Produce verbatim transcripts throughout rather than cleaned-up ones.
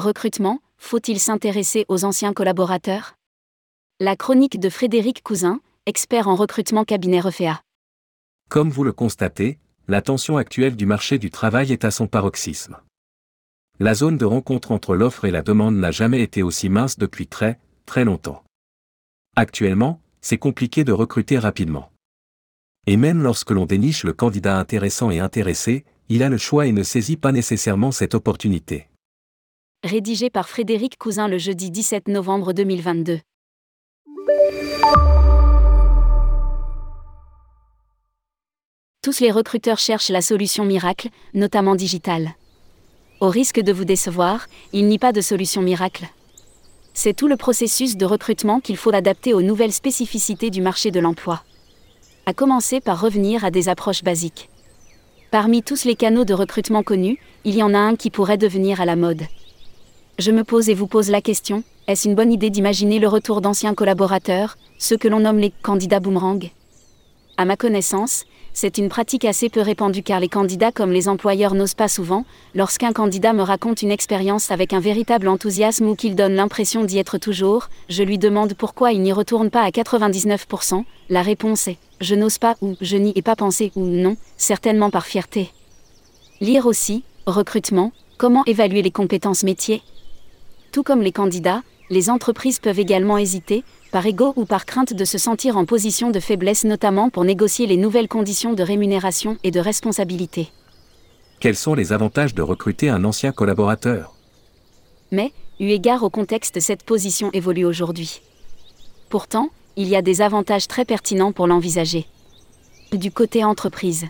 Recrutement, faut-il s'intéresser aux anciens collaborateurs ? La chronique de Frédéric Cousin, expert en recrutement cabinet Refea. Comme vous le constatez, la tension actuelle du marché du travail est à son paroxysme. La zone de rencontre entre l'offre et la demande n'a jamais été aussi mince depuis très, très longtemps. Actuellement, c'est compliqué de recruter rapidement. Et même lorsque l'on déniche le candidat intéressant et intéressé, il a le choix et ne saisit pas nécessairement cette opportunité. Rédigé par Frédéric Cousin le jeudi dix-sept novembre deux mille vingt-deux. Tous les recruteurs cherchent la solution miracle, notamment digitale. Au risque de vous décevoir, il n'y a pas de solution miracle. C'est tout le processus de recrutement qu'il faut adapter aux nouvelles spécificités du marché de l'emploi. À commencer par revenir à des approches basiques. Parmi tous les canaux de recrutement connus, il y en a un qui pourrait devenir à la mode. Je me pose et vous pose la question, est-ce une bonne idée d'imaginer le retour d'anciens collaborateurs, ceux que l'on nomme les candidats boomerang ? À ma connaissance, c'est une pratique assez peu répandue car les candidats comme les employeurs n'osent pas souvent, lorsqu'un candidat me raconte une expérience avec un véritable enthousiasme ou qu'il donne l'impression d'y être toujours, je lui demande pourquoi il n'y retourne pas à quatre-vingt-dix-neuf pour cent, la réponse est « je n'ose pas » ou « je n'y ai pas pensé » ou « non, certainement par fierté ». Lire aussi, recrutement, comment évaluer les compétences métiers ? Tout comme les candidats, les entreprises peuvent également hésiter, par ego ou par crainte de se sentir en position de faiblesse notamment pour négocier les nouvelles conditions de rémunération et de responsabilité. Quels sont les avantages de recruter un ancien collaborateur ? Mais, eu égard au contexte, cette position évolue aujourd'hui. Pourtant, il y a des avantages très pertinents pour l'envisager. Du côté entreprise.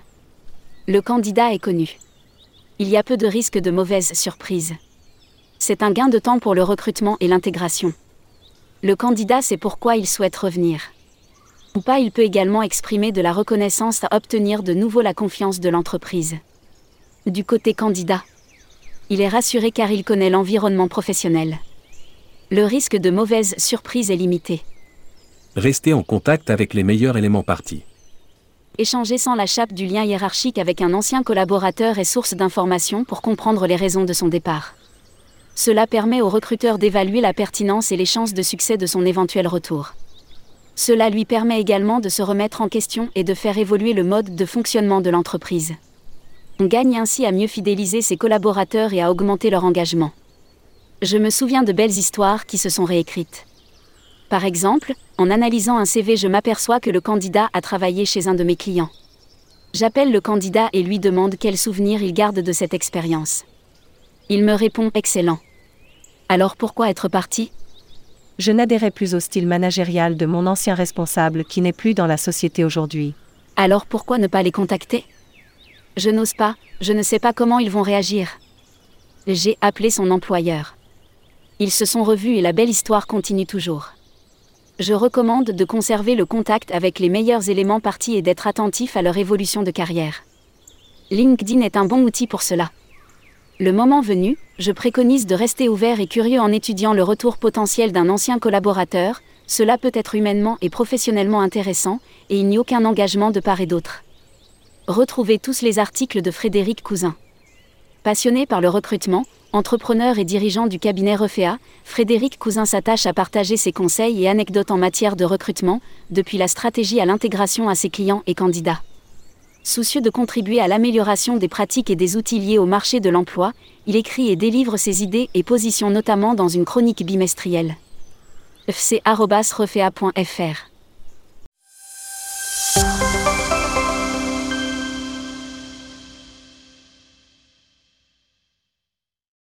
Le candidat est connu. Il y a peu de risques de mauvaises surprises. C'est un gain de temps pour le recrutement et l'intégration. Le candidat sait pourquoi il souhaite revenir. Ou pas, il peut également exprimer de la reconnaissance à obtenir de nouveau la confiance de l'entreprise. Du côté candidat, il est rassuré car il connaît l'environnement professionnel. Le risque de mauvaise surprise est limité. Rester en contact avec les meilleurs éléments partis. Échanger sans la chape du lien hiérarchique avec un ancien collaborateur est source d'informations pour comprendre les raisons de son départ. Cela permet au recruteur d'évaluer la pertinence et les chances de succès de son éventuel retour. Cela lui permet également de se remettre en question et de faire évoluer le mode de fonctionnement de l'entreprise. On gagne ainsi à mieux fidéliser ses collaborateurs et à augmenter leur engagement. Je me souviens de belles histoires qui se sont réécrites. Par exemple, en analysant un C V, je m'aperçois que le candidat a travaillé chez un de mes clients. J'appelle le candidat et lui demande quel souvenir il garde de cette expérience. Il me répond « excellent ». Alors pourquoi être parti ? Je n'adhérais plus au style managérial de mon ancien responsable qui n'est plus dans la société aujourd'hui. Alors pourquoi ne pas les contacter ? Je n'ose pas, je ne sais pas comment ils vont réagir. J'ai appelé son employeur. Ils se sont revus et la belle histoire continue toujours. Je recommande de conserver le contact avec les meilleurs éléments partis et d'être attentif à leur évolution de carrière. LinkedIn est un bon outil pour cela. Le moment venu, je préconise de rester ouvert et curieux en étudiant le retour potentiel d'un ancien collaborateur, cela peut être humainement et professionnellement intéressant, et il n'y a aucun engagement de part et d'autre. Retrouvez tous les articles de Frédéric Cousin. Passionné par le recrutement, entrepreneur et dirigeant du cabinet Refea, Frédéric Cousin s'attache à partager ses conseils et anecdotes en matière de recrutement, depuis la stratégie à l'intégration à ses clients et candidats. Soucieux de contribuer à l'amélioration des pratiques et des outils liés au marché de l'emploi, il écrit et délivre ses idées et positions notamment dans une chronique bimestrielle. f c arobase refea point f r